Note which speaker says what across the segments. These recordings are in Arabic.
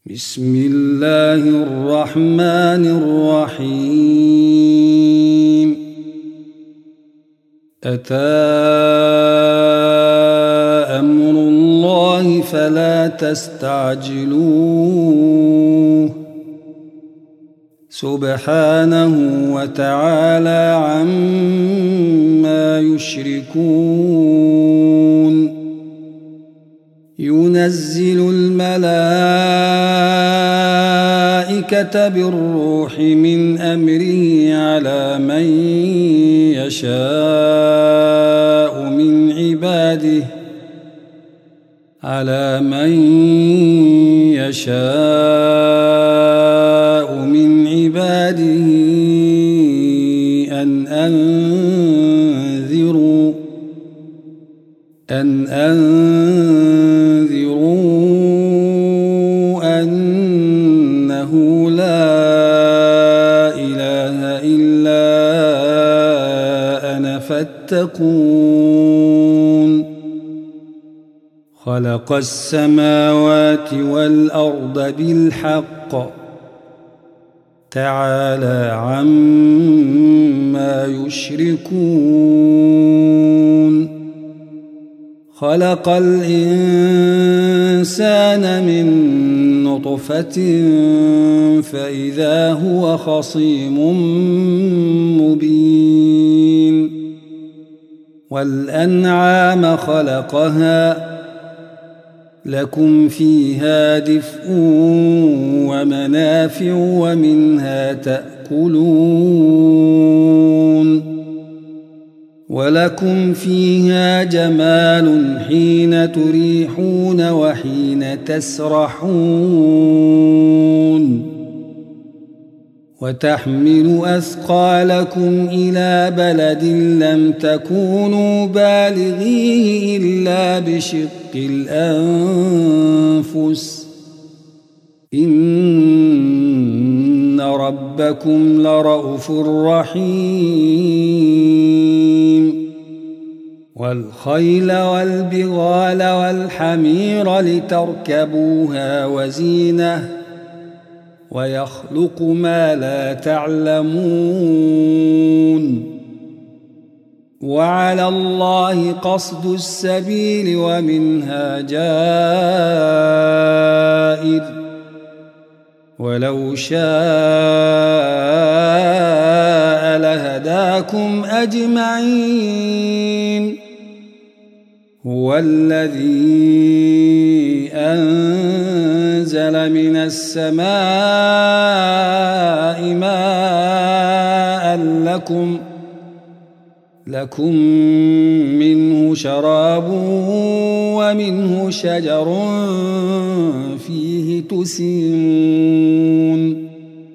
Speaker 1: بسم الله الرحمن الرحيم. أتى أمر الله فلا تستعجلوه سبحانه وتعالى عما يشركون. ينزل الملائكة بالروح من أمره على من يشاء من عباده أن أنذروا أنه لا إله إلا أنا فاتقون. خلق السماوات والأرض بالحق تعالى عما يشركون. خلق الإنسان من نطفة فإذا هو خصيم مبين. والأنعام خلقها لكم فيها دفء ومنافع ومنها تأكلون. ولكم فيها جمال حين تريحون وحين تسرحون. وتحمل أثقالكم إلى بلد لم تكونوا بالغيه إلا بشق الأنفس إن ربكم لرءوف رحيم. والخيل والبغال والحمير لتركبوها وزينة ويخلق ما لا تعلمون. وعلى الله قصد السبيل ومنها جائر ولو شاء لهداكم أجمعين. هو الذي أنزل من السماء ماء لكم منه شراب ومنه شجر فيه تسيمون.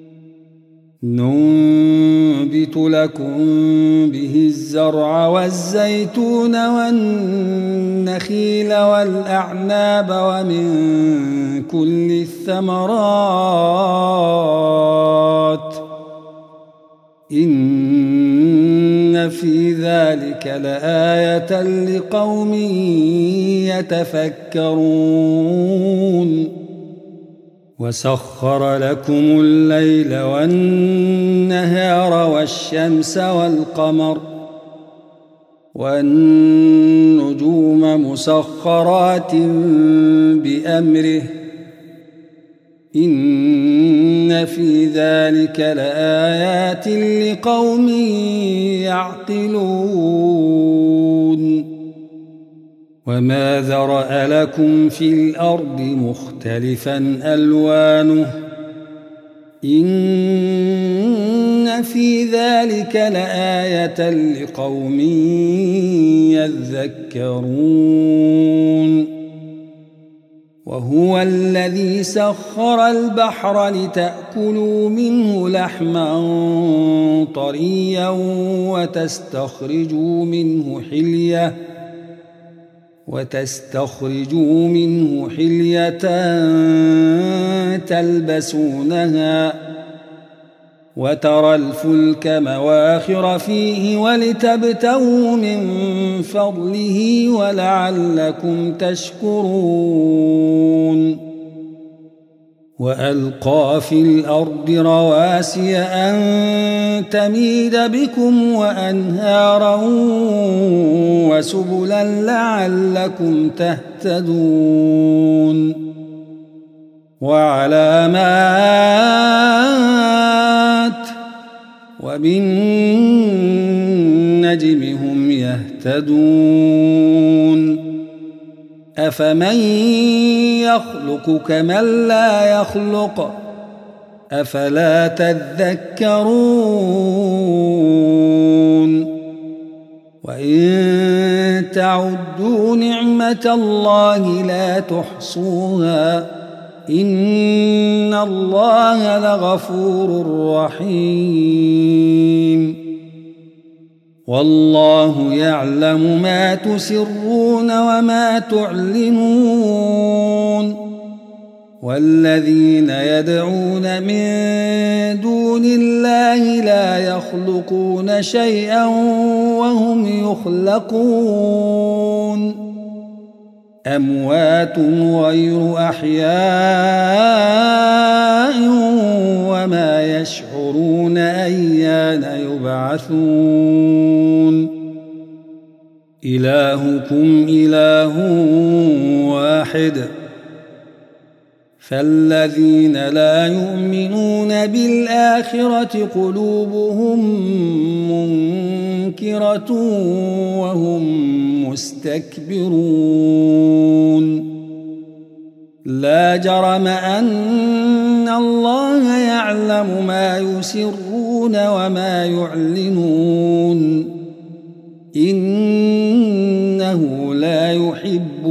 Speaker 1: ننبت لكم به الزرع والزيتون والنخيل والأعناب ومن كل الثمرات إن في ذلك لآية لقوم يتفكرون. وسخر لكم الليل والنهار والشمس والقمر والنجوم مسخرات بأمره إن في ذلك لآيات لقوم يعقلون. وما ذرأ لكم في الأرض مختلفا ألوانه إن في ذلك لآية لقوم يذكرون. وهو الذي سخر البحر لتأكلوا منه لحما طريا وتستخرجوا منه حلية تلبسونها وترى الفلك مواخر فيه ولتبتغوا من فضله ولعلكم تشكرون وألقى في الأرض رواسي أن تميد بكم وأنهارا وسبلا لعلكم تهتدون وعلامات وبالنجم هم يهتدون أفمن يخلق كمن لا يخلق أفلا تذكرون وإن تعدوا نعمة الله لا تحصوها إن الله لغفور رحيم والله يعلم ما تسرون وما تعلنون والذين يدعون من دون الله لا يخلقون شيئا وهم يخلقون أموات غير أحياء وما يشعرون أيان يبعثون إلهكم إله واحد فالذين لا يؤمنون بالآخرة قلوبهم منكرة وهم مستكبرون لا جرم أن الله يعلم ما يسرون وما يعلنون إنه لا يحب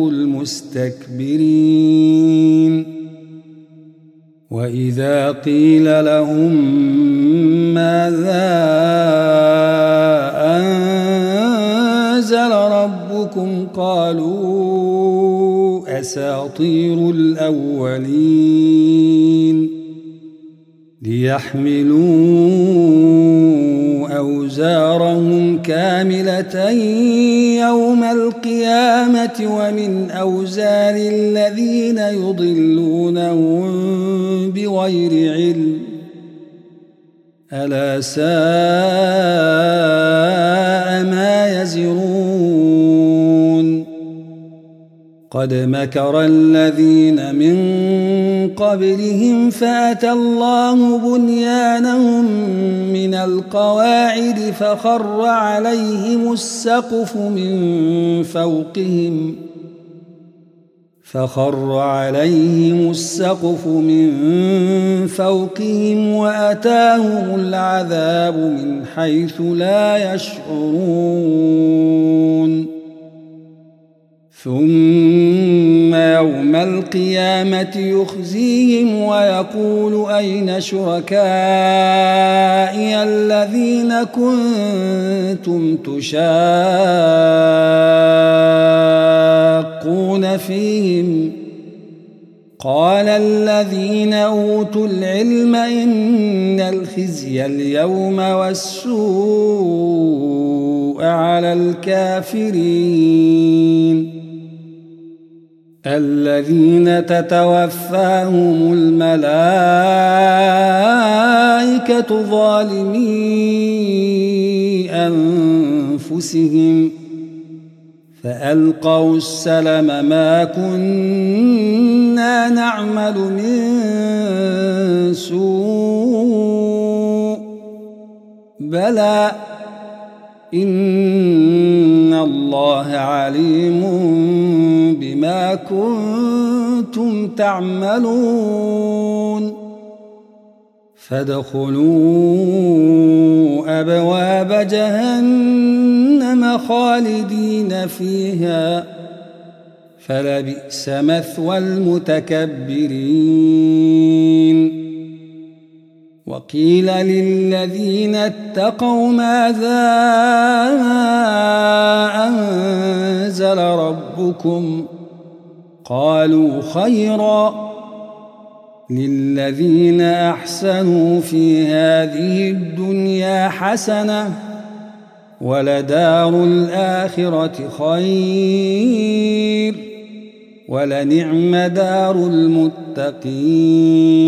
Speaker 1: المستكبرين وإذا قيل لهم ماذا أنزل ربكم قالوا أساطير الأولين ليحملوا أوزارهم كاملة يوم القيامة ومن أوزار الذين يضلونهم بغير علم ألا ساء ما يزرون قد مكر الذين من قبلهم فأتى الله بنيانهم من القواعد فخر عليهم السقف من فوقهم وأتاهم العذاب من حيث لا يشعرون ثم يوم القيامة يخزيهم ويقول أين شركائي الذين كنتم تشاقون فيهم قال الذين أوتوا العلم إن الخزي اليوم والسوء على الكافرين الذين تتوفاهم الملائكة ظالمي أنفسهم فألقوا السلم ما كنا نعمل من سوء بلى إن الله عليم بما كنتم تعملون فادخلوا أبواب جهنم خالدين فيها فلبئس مثوى المتكبرين وقيل للذين اتقوا ماذا أنزل ربكم قالوا خيرا للذين أحسنوا في هذه الدنيا حسنة ولدار الآخرة خير ولنعم دار المتقين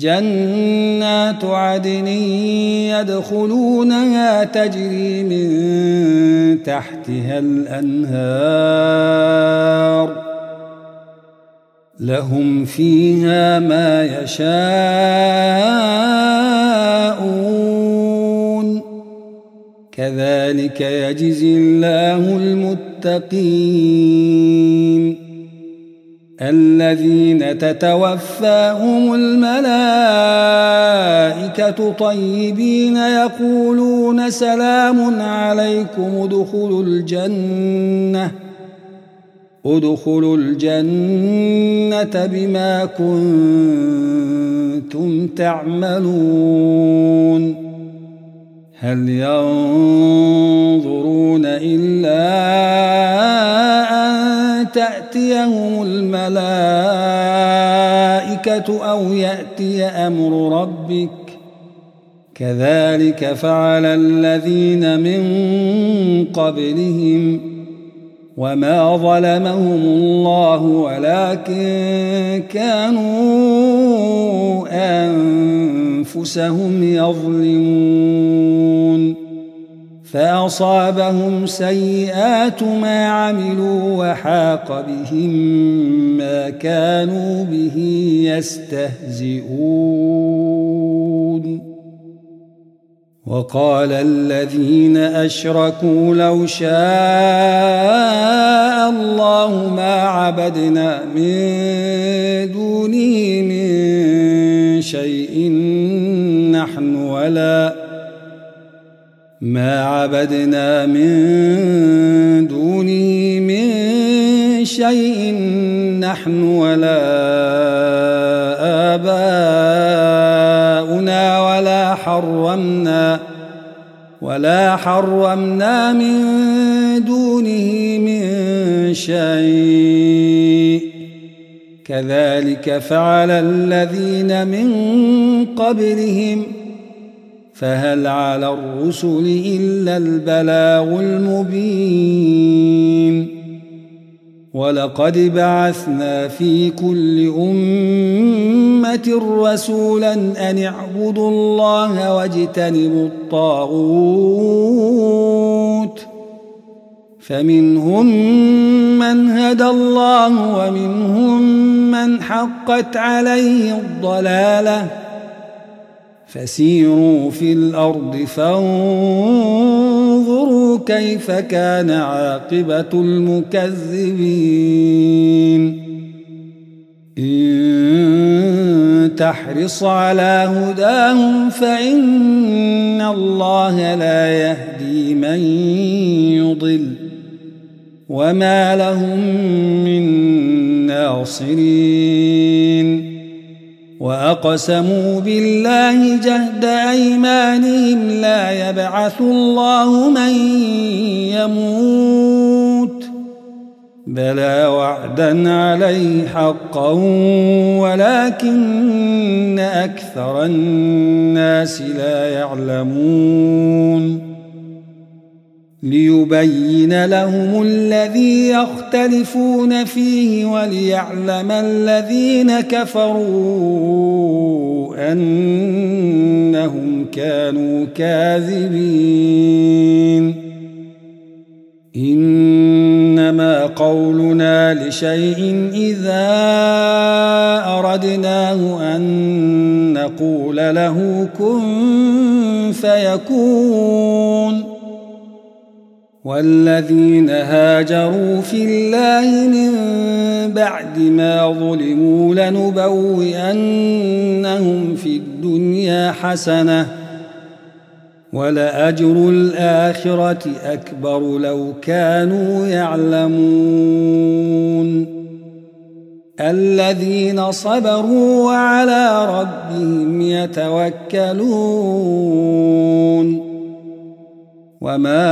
Speaker 1: جنات عدن يدخلونها تجري من تحتها الأنهار لهم فيها ما يشاءون كذلك يجزي الله المتقين الذين تتوفاهم الملائكة طيبين يقولون سلام عليكم ادخلوا الجنة بما كنتم تعملون هل ينظرون إلا أن تأتيهم الملائكة أو يأتي أمر ربك كذلك فعل الذين من قبلهم وما ظلمهم الله ولكن كانوا أنفسهم يظلمون فأصابهم سيئات ما عملوا وحاق بهم ما كانوا به يستهزئون وقال الذين أشركوا لو شاء الله ما عبدنا من دونه من شيء نحن ولا آباؤنا ولا حرمنا من دونه من شيء كذلك فعل الذين من قبلهم فهل على الرسل إلا البلاغ المبين ولقد بعثنا في كل أمة رسولا أن اعبدوا الله واجتنبوا الطاغوت فمنهم من هدى الله ومنهم من حقت عليه الضلالة فسيروا في الأرض فانظروا كيف كان عاقبة المكذبين إن تحرص على هداهم فإن الله لا يهدي من يضل وما لهم من ناصرين وأقسموا بالله جهد أيمانهم لا يبعث الله من يموت بلى وعدا عليه حقا ولكن أكثر الناس لا يعلمون ليبين لهم الذي يختلفون فيه وليعلم الذين كفروا أنهم كانوا كاذبين إنما قولنا لشيء إذا أردناه أن نقول له كن فيكون والذين هاجروا في الله من بعد ما ظلموا لنبوئنهم في الدنيا حسنة ولأجر الآخرة أكبر لو كانوا يعلمون الذين صبروا وعلى ربهم يتوكلون وما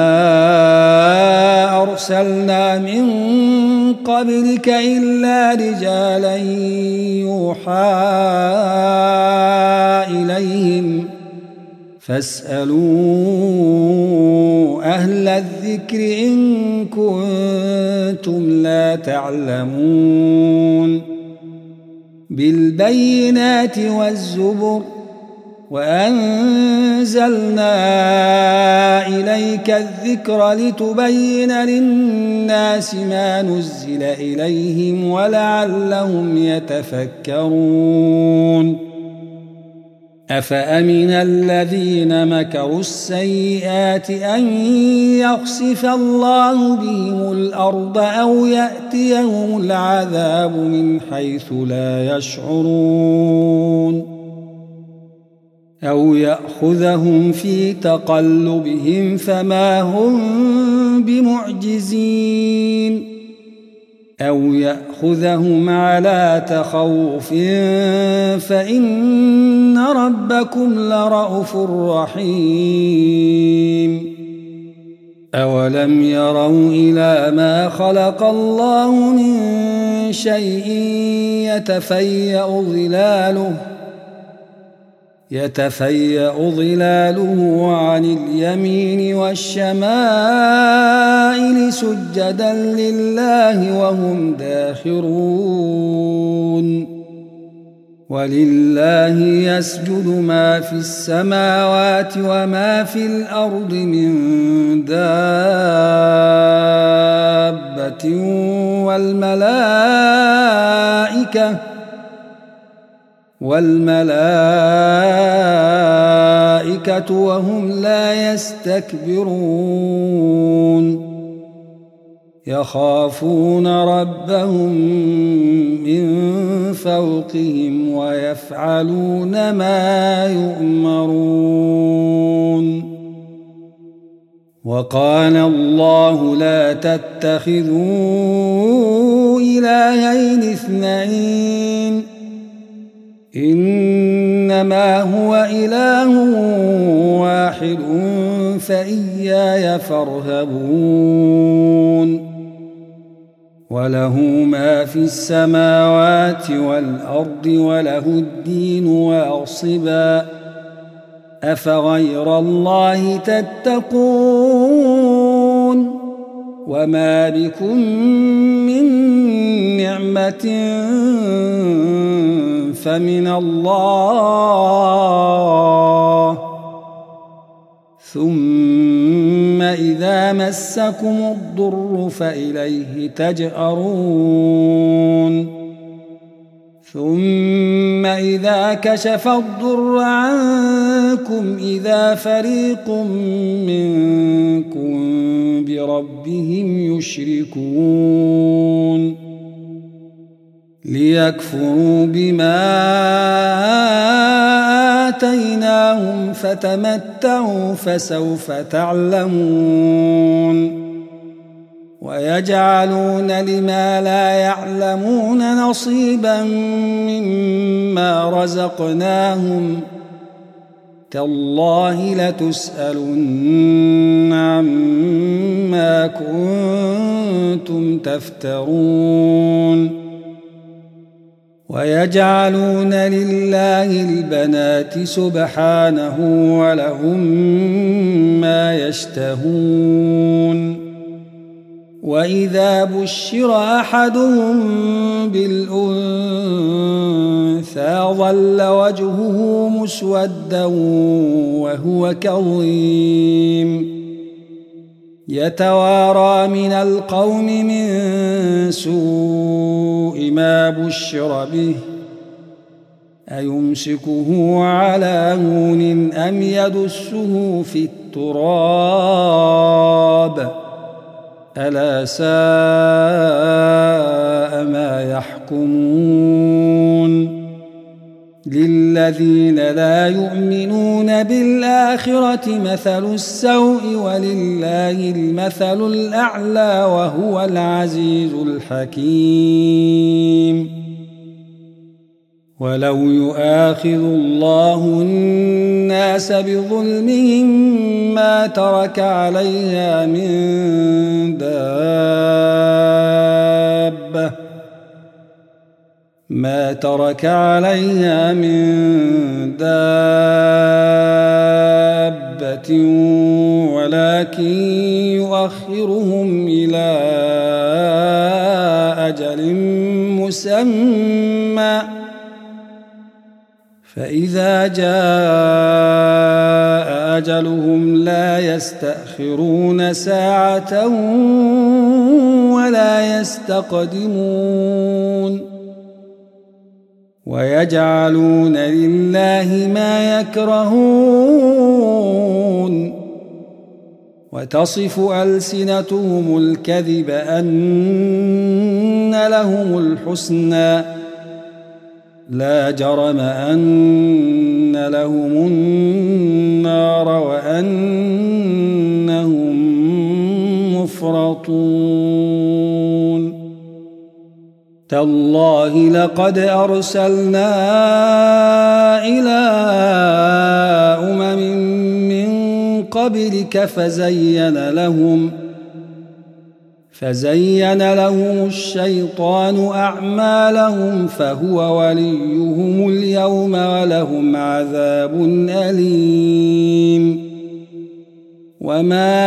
Speaker 1: أرسلنا من قبلك إلا رجالا يوحى إليهم فاسألوا أهل الذكر إن كنتم لا تعلمون بالبينات والزبر وأنزلنا إليك الذكر لتبين للناس ما نزل إليهم ولعلهم يتفكرون أفأمن الذين مكروا السيئات أن يخسف الله بهم الأرض أو يأتيهم العذاب من حيث لا يشعرون أو يأخذهم في تقلبهم فما هم بمعجزين أو يأخذهم على تخوف فإن ربكم لرءوف رحيم أولم يروا إلى ما خلق الله من شيء يتفيأ ظلاله عن اليمين والشمائل سجدا لله وهم داخرون ولله يسجد ما في السماوات وما في الأرض من دابة والملائكة وهم لا يستكبرون يخافون ربهم من فوقهم ويفعلون ما يؤمرون وقال الله لا تتخذوا إلهين اثنين إنما هو إله واحد فإياي فارهبون وله ما في السماوات والأرض وله الدين واصبا أفغير الله تتقون وما بكم من نعمة فمن الله ثم إذا مسكم الضر فإليه تجأرون ثم إذا كشف الضر عنكم إذا فريق منكم بربهم يشركون ليكفروا بما آتيناهم فتمتعوا فسوف تعلمون ويجعلون لما لا يعلمون نصيبا مما رزقناهم تالله لتسألن عما كنتم تفترون ويجعلون لله البنات سبحانه ولهم ما يشتهون وإذا بشر أحدهم بالأنثى ظل وجهه مسودا وهو كظيم يتوارى من القوم من سوء ما بشر به أيمسكه على هون أم يدسه في التراب ألا ساء ما يحكمون للذين لا يؤمنون بالآخرة مثل السوء ولله المثل الأعلى وهو العزيز الحكيم ولو يؤاخذ الله الناس بظلمهم ما ترك عليها من دابة ولكن يؤخرهم إلى أجل مسمى فإذا جاء أجلهم لا يستأخرون ساعة ولا يستقدمون ويجعلون لله ما يكرهون وتصف ألسنتهم الكذب أن لهم الحسنى لا جرم أن لهم النار وأنهم مفرطون تالله لقد أرسلنا إلى من قبلك فزين لهم الشيطان أعمالهم فهو وليهم اليوم ولهم عذاب أليم وما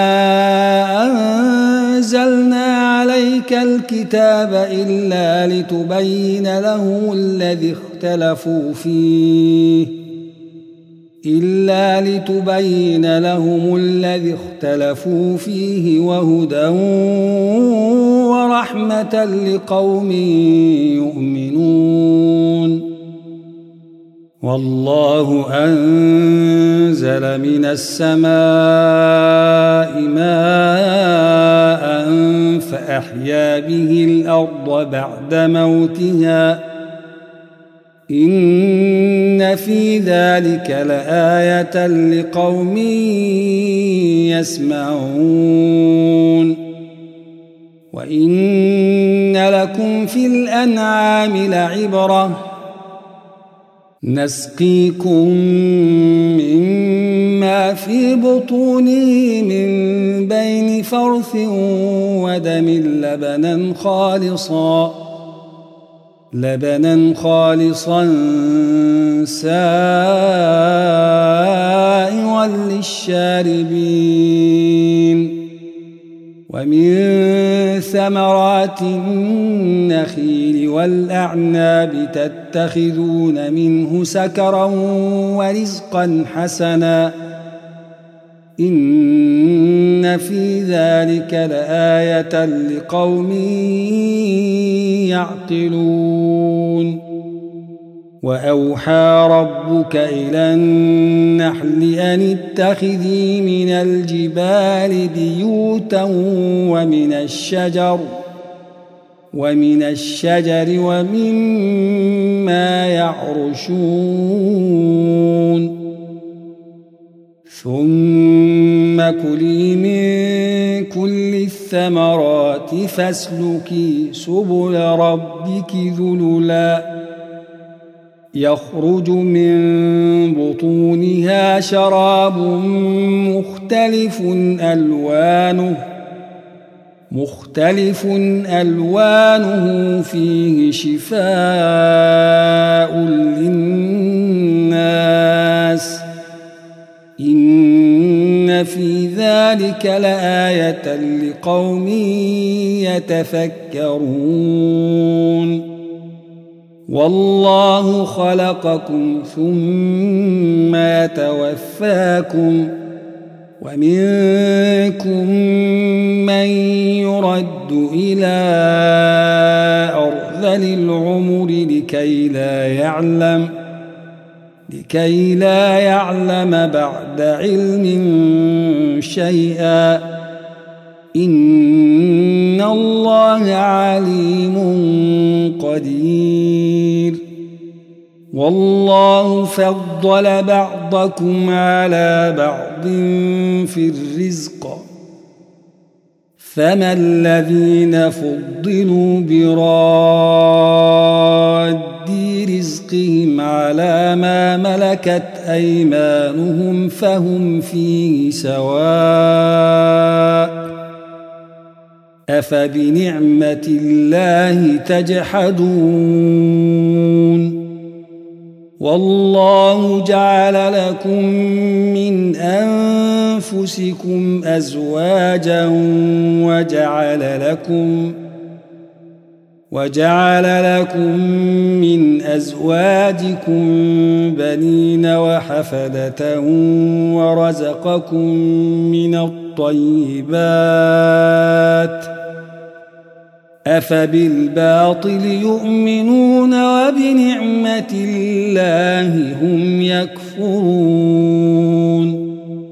Speaker 1: أنزلنا عليك الكتاب إلا لتبين لهم الذي اختلفوا فيه وهدى ورحمة لقوم يؤمنون والله أنزل من السماء ماء فأحيا به الأرض بعد موتها إن في ذلك لآية لقوم يسمعون وإن لكم في الأنعام لعبرة نسقيكم مما في بطونه من بين فرث ودم لبنا خالصا سائغا للشاربين ومن ثمرات النخيل والأعناب تتخذون منه سكرا ورزقا حسنا إن في ذلك لآية لقوم يعقلون وأوحى ربك إلى النحل أن اتخذي من الجبال بيوتا ومن الشجر ومما يعرشون ثم كلي من كل الثمرات فاسلكي سبل ربك ذللا يخرج من بطونها شراب مختلف ألوانه فيه شفاء للناس إن في ذلك لآية لقوم يتفكرون والله خلقكم ثم يتوفاكم ومنكم من يرد إلى أرذل العمر لكي لا يعلم بعد علم شيئا إن الله عليم قدير والله فضل بعضكم على بعض في الرزق فما الذين فضلوا براد رزقهم على ما ملكت أيمانهم فهم فيه سواء أفبنعمة الله تجحدون والله جعل لكم من أنفسكم وجعل لكم من أزواجكم بنين وحفدة ورزقكم من الطيبات أفبالباطل يؤمنون وبنعمة الله هم يكفرون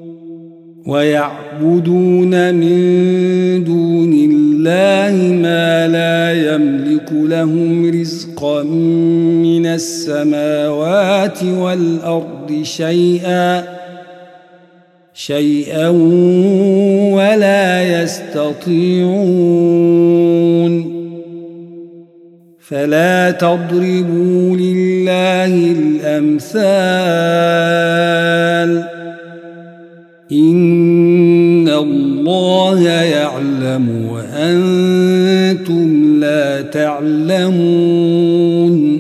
Speaker 1: ويعبدون من دون الله ما لا يملك لهم رزقا من السماوات والأرض شيئا ولا يستطيعون فلا تضربوا لله الأمثال إن الله يعلم وأنتم لا تعلمون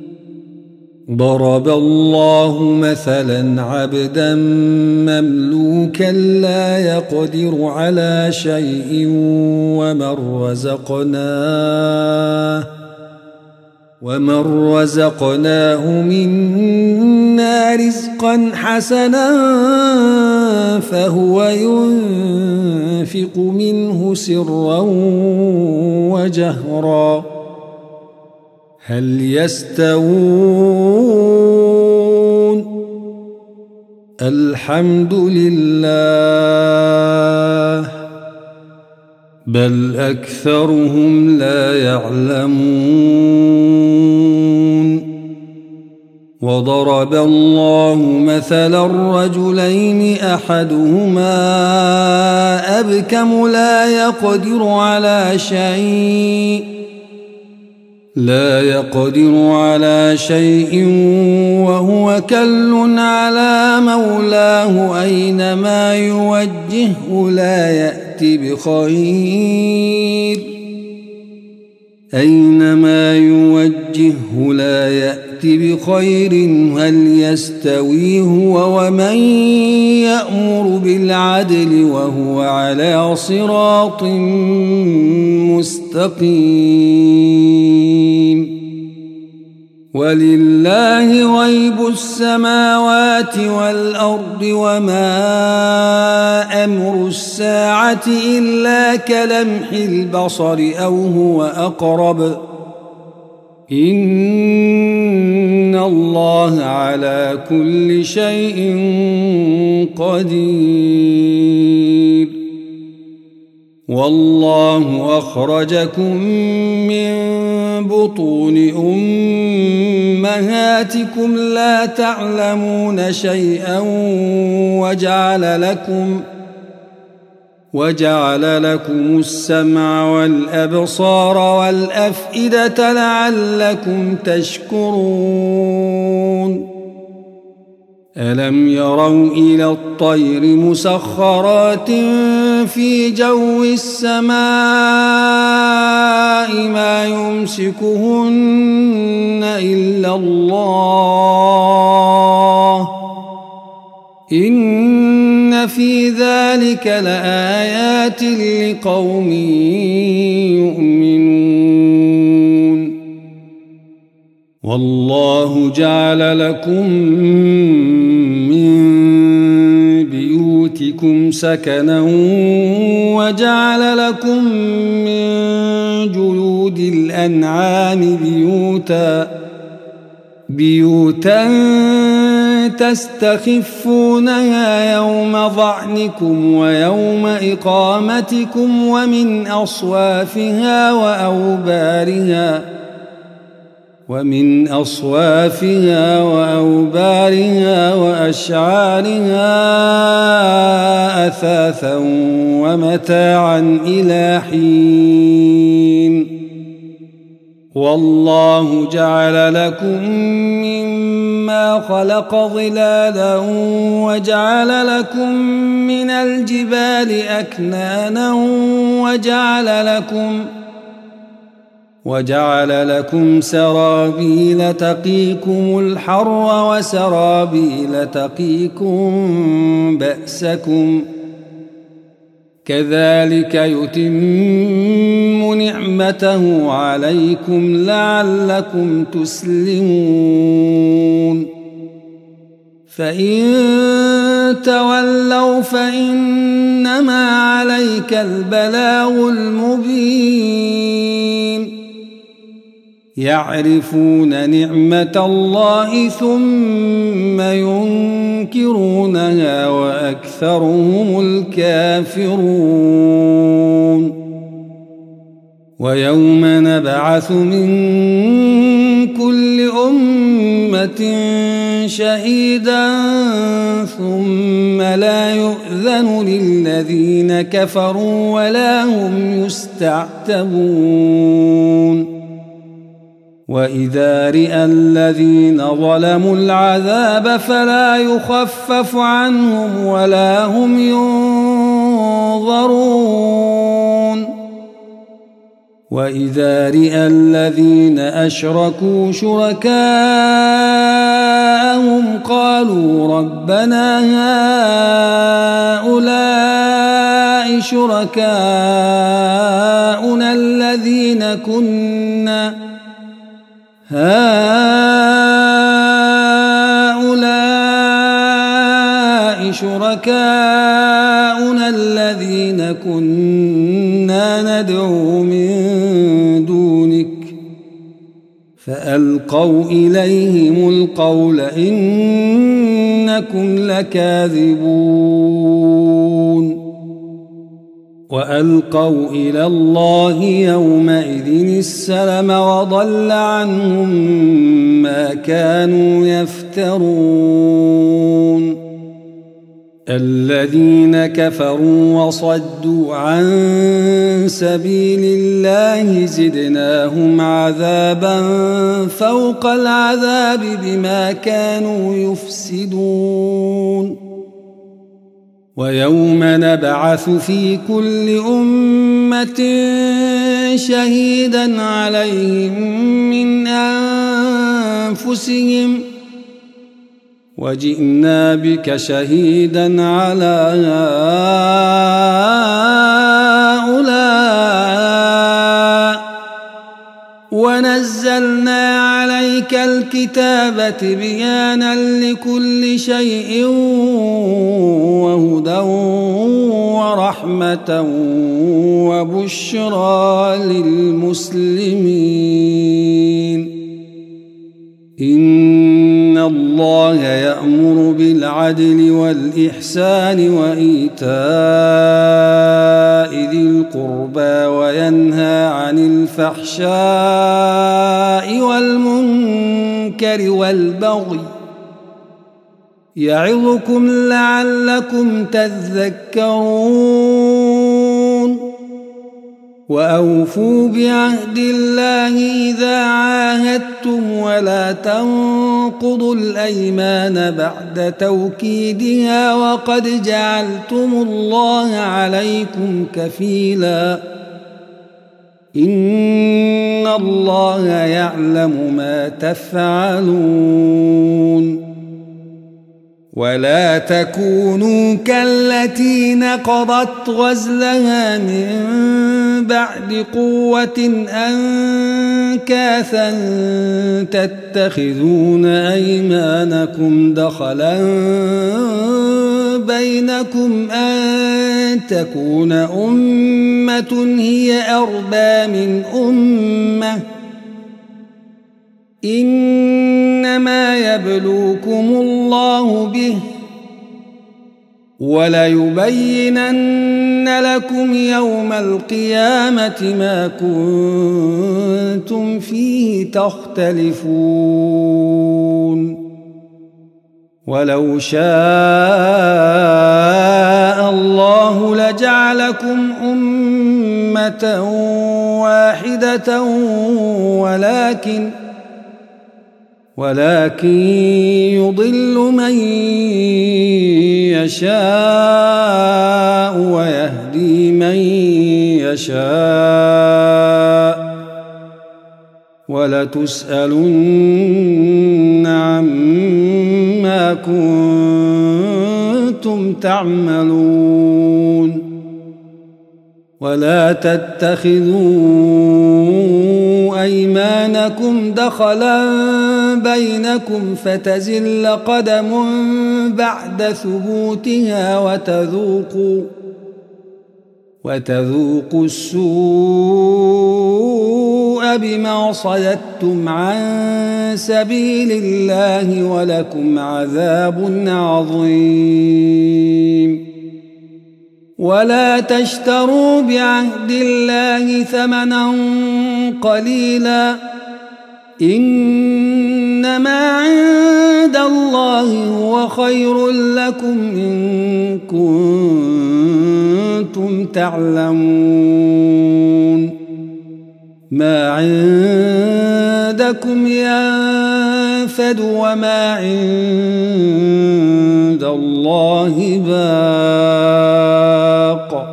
Speaker 1: ضرب الله مثلا عبدا مملوكا لا يقدر على شيء ومن رزقناه منا رزقا حسنا فهو ينفق منه سرا وجهرا هل يستوون الحمد لله بل أكثرهم لا يعلمون وضرب الله مثلا رجلين أحدهما أبكم لا يقدر على شيء وهو كل على مولاه أينما يوجهه لا يأتي بخير هل يستوي هو ومن يأمر بالعدل وهو على صراط مستقيم ولله غيب السماوات والأرض وما أمر الساعة إلا كلمح البصر أو هو أقرب إن الله على كل شيء قدير والله أخرجكم من بطون أمهاتكم لا تعلمون شيئا وجعل لكم السمع والأبصار والأفئدة لعلكم تشكرون ألم يروا إلى الطير مسخرات في جو السماء ما يمسكهن إلا الله إن في ذلك لآيات لقوم يؤمنون والله جعل لكم من بيوتكم سكنا وجعل لكم من جلود الأنعام بيوتا تستخفونها يوم ظعنكم ويوم إقامتكم ومن أصوافها وأوبارها وأشعارها أثاثا ومتاعا إلى حين والله جعل لكم مما خلق ظلالا وجعل لكم من الجبال أكنانا وجعل لكم سرابيل تقيكم الحر وسرابيل تقيكم بأسكم كذلك يتم نعمته عليكم لعلكم تسلمون فإن تولوا فإنما عليك البلاغ المبين يعرفون نعمة الله ثم ينكرونها وأكثرهم الكافرون ويوم نبعث من كل أمة شهيدا ثم لا يؤذن للذين كفروا ولا هم يستعتبون وإذا رئى الذين ظلموا العذاب فلا يخفف عنهم ولا هم ينظرون وإذا رئى الذين أشركوا شركاءهم قالوا ربنا هؤلاء شركاؤنا الذين كنا ندعو من دونك فألقوا إليهم القول إنكم لكاذبون وألقوا إلى الله يومئذ السلم وضل عنهم ما كانوا يفترون الذين كفروا وصدوا عن سبيل الله زدناهم عذابا فوق العذاب بما كانوا يفسدون ويوم نبعث في كل أمة شهيدا عليهم من أنفسهم وجئنا بك شهيدا على هؤلاء ونزلنا عليك الكتاب بيانا لكل شيء وهدى ورحمة وبشرى للمسلمين إن الله يأمر بالعدل والإحسان وإيتاء ذي القربى وينهى عن الفحشاء والمنكر والبغي يعظكم لعلكم تذكرون وأوفوا بعهد الله إذا عاهدتم ولا تنقضوا الأيمان بعد توكيدها وقد جعلتم الله عليكم كفيلا إن الله يعلم ما تفعلون ولا تكونوا كالتي نقضت غزلها من بعد قوة أنكاثا تتخذون أيمانكم دخلا بينكم أن تكون أمة هي أربى من أمة إنما يبلوكم الله به وليبينن لكم يوم القيامة ما كنتم فيه تختلفون ولو شاء الله لجعلكم أمة واحدة ولكن يضل من يشاء ويهدي من يشاء ولتسألن عما كنتم تعملون. ولا تتخذوا أيمانكم دخلا بينكم فتزل قدم بعد ثبوتها وتذوقوا السوء بما صددتم عن سبيل الله ولكم عذاب عظيم. ولا تشتروا بعهد الله ثمنا قليلا إنما عند الله هو خير لكم إن كنتم تعلمون. ما عندكم ينفد وما عند الله باق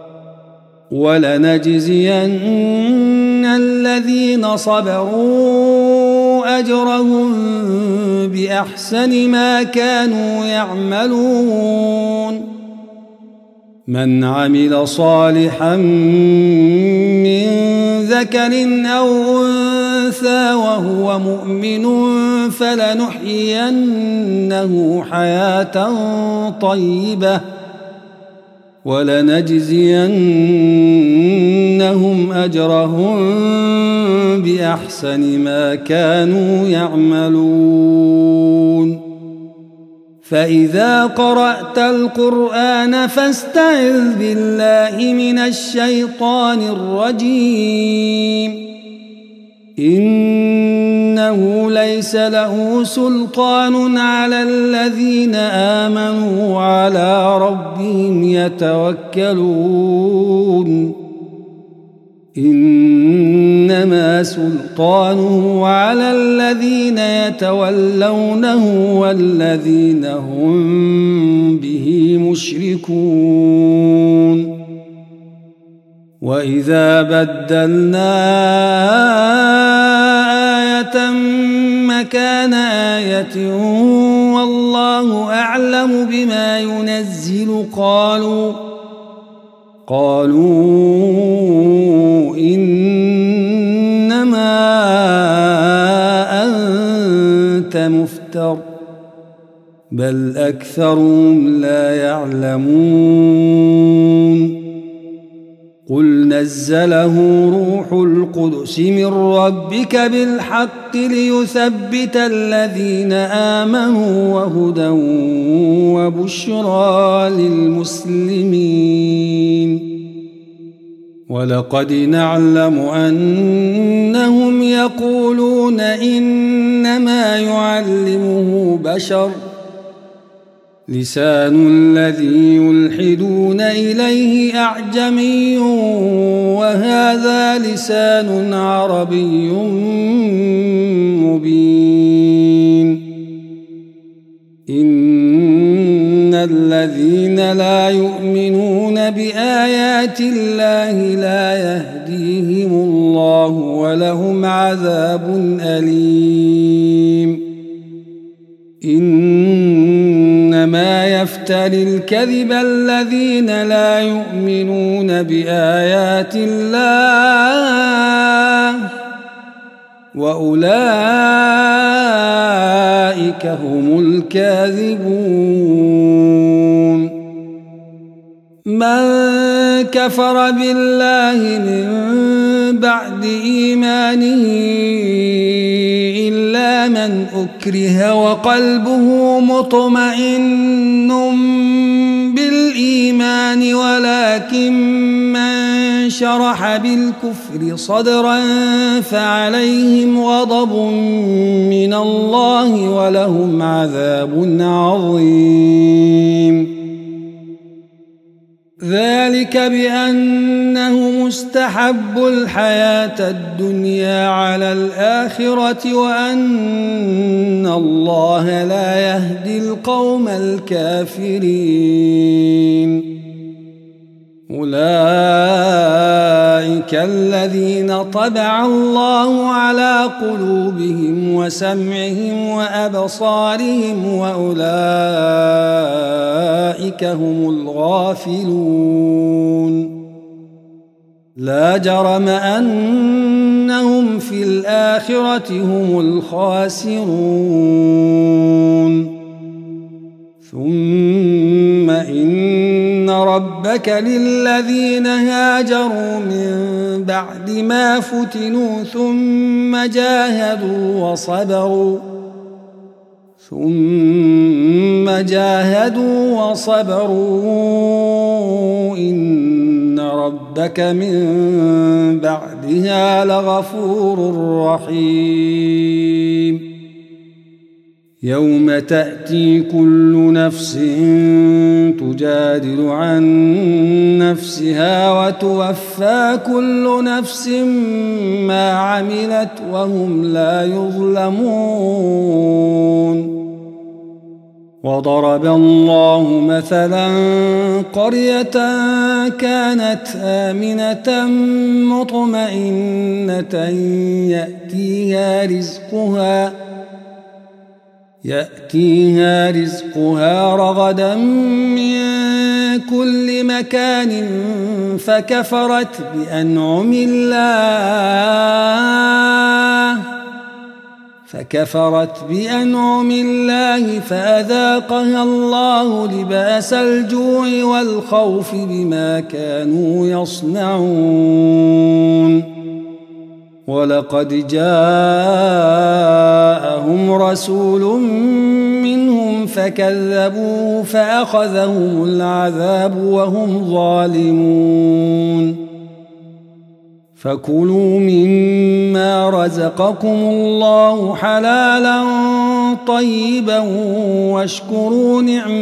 Speaker 1: ولنجزين الذين صبروا أجرهم بأحسن ما كانوا يعملون. من عمل صالحا من ذكر أو أنثى وهو مؤمن فلنحيينه حياة طيبة ولنجزينهم أجرهم بأحسن ما كانوا يعملون. فإذا قرأت القرآن فاستعذ بالله من الشيطان الرجيم. إنه ليس له سلطان على الذين آمنوا وعلى ربهم يتوكلون. إنما سلطانه على الذين يتولونه والذين هم به مشركون. وإذا بدلنا آية مكان آية والله أعلم بما ينزل قالوا إنما أنت مفتر بل أكثرهم لا يعلمون. قل نزله روح القدس من ربك بالحق ليثبت الذين آمنوا وهدى وبشرى للمسلمين. ولقد نعلم أنهم يقولون إنما يعلمه بشر لسان الذي يلحدون إليه أعجمي وهذا لسان عربي مبين. إن الذين لا يؤمنون بآيات الله لا يهديهم الله ولهم عذاب أليم. إنما يفتري الكذب الذين لا يؤمنون بآيات الله وأولئك هم الكاذبون. من كفر بالله من بعد إيمانه إلا من أكره وقلبه مطمئن بالإيمان ولكن من شرح بالكفر صدرا فعليهم غضب من الله ولهم عذاب عظيم. ذلك بأنه مستحب الحياة الدنيا على الآخرة وأن الله لا يهدي القوم الكافرين. أولئك الذين طبع الله على قلوبهم وسمعهم وأبصارهم وأولئك هم الغافلون. لا جرم أنهم في الآخرة هم الخاسرون ثم إن ربك للذين هاجروا من بعد ما فتنوا ثم جاهدوا وصبروا إن ربك من بعدها لغفور رحيم يوم تأتي كل نفس تجادل عن نفسها وتوفى كل نفس ما عملت وهم لا يظلمون وضرب الله مثلا قرية كانت آمنة مطمئنة يأتيها رزقها رغدا من كل مكان فكفرت بأنعم الله فأذاقها الله لباس الجوع والخوف بما كانوا يصنعون ولقد جاءهم رسول منهم فكذبوه فأخذهم العذاب وهم ظالمون فكلوا مما رزقكم الله حلالا طيبا واشكروا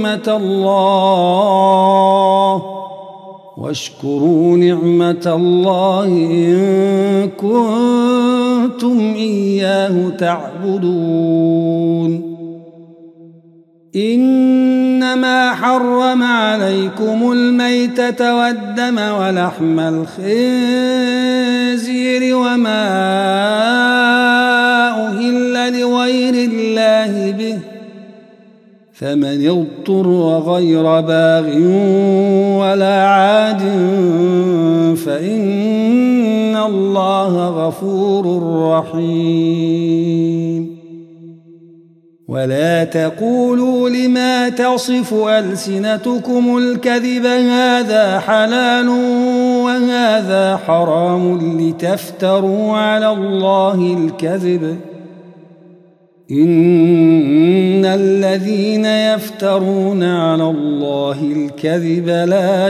Speaker 1: نعمة الله إن كنتم إياه تعبدون إنما حرم عليكم الميتة والدم ولحم الخنزير وما أهل لغير الله به فمن اضطر غير باغ ولا عاد فإن الله غفور رحيم ولا تقولوا لما تصف ألسنتكم الكذب هذا حلال وهذا حرام لتفتروا على الله الكذب إن الذين يفترون على الله الكذب لا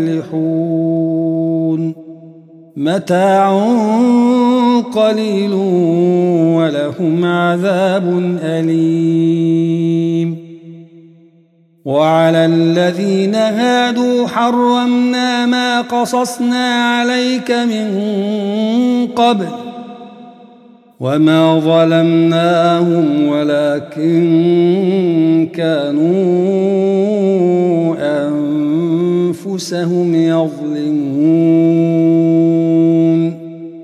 Speaker 1: يفلحون متاع قليل ولهم عذاب أليم وعلى الذين هادوا حرمنا ما قصصنا عليك من قبل وما ظلمناهم ولكن كانوا أنفسهم يظلمون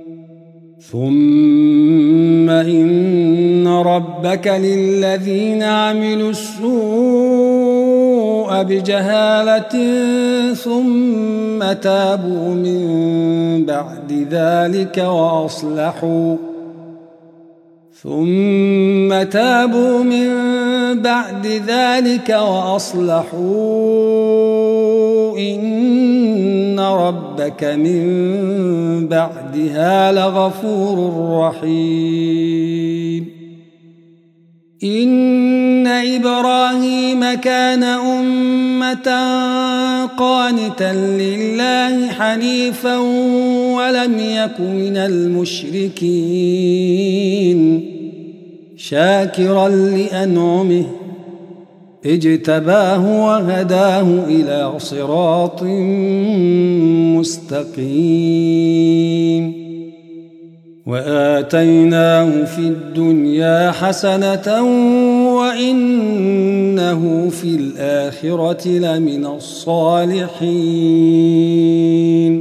Speaker 1: ثم إن ربك للذين عملوا السوء بجهالة ثم تابوا من بعد ذلك وأصلحوا إن ربك من بعدها لغفور رحيم إن إبراهيم كان أمة قانتا لله حنيفا ولم يك من المشركين شاكرا لأنعمه اجتباه وهداه إلى صراط مستقيم وآتيناه في الدنيا حسنة وإنه في الآخرة لمن الصالحين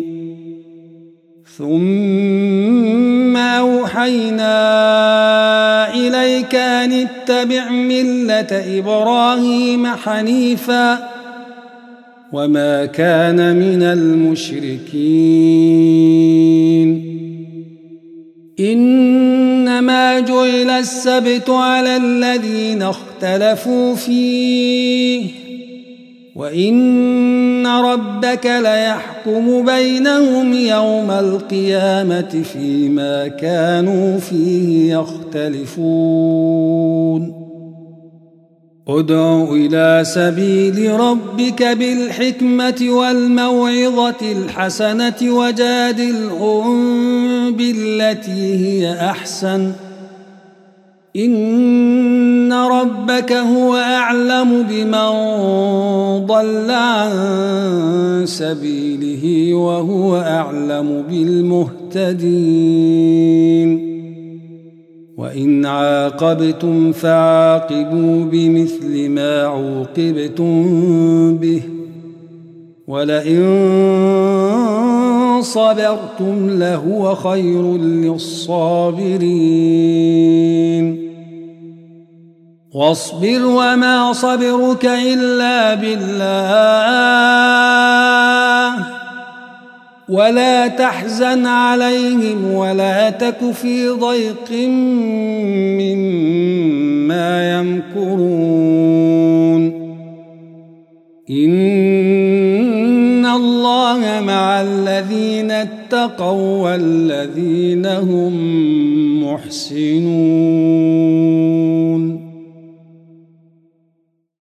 Speaker 1: ثم أوحينا إليك أن اتبع ملة إبراهيم حنيفا وما كان من المشركين. إنما جعل السبت على الذين اختلفوا فيه وإن ربك ليحكم بينهم يوم القيامة فيما كانوا فيه يختلفون. ادع إلى سبيل ربك بالحكمة والموعظة الحسنة وجادلهم بالتي هي أحسن إن ربك هو أعلم بمن ضل عن سبيله وهو أعلم بالمهتدين. وإن عاقبتم فعاقبوا بمثل ما عوقبتم به ولئن صبرتم لهو خير للصابرين. واصبر وما صبرك إلا بالله ولا تحزن عليهم ولا تك في ضيق مما يمكرون. إن الله مع الذين اتقوا والذين هم محسنون.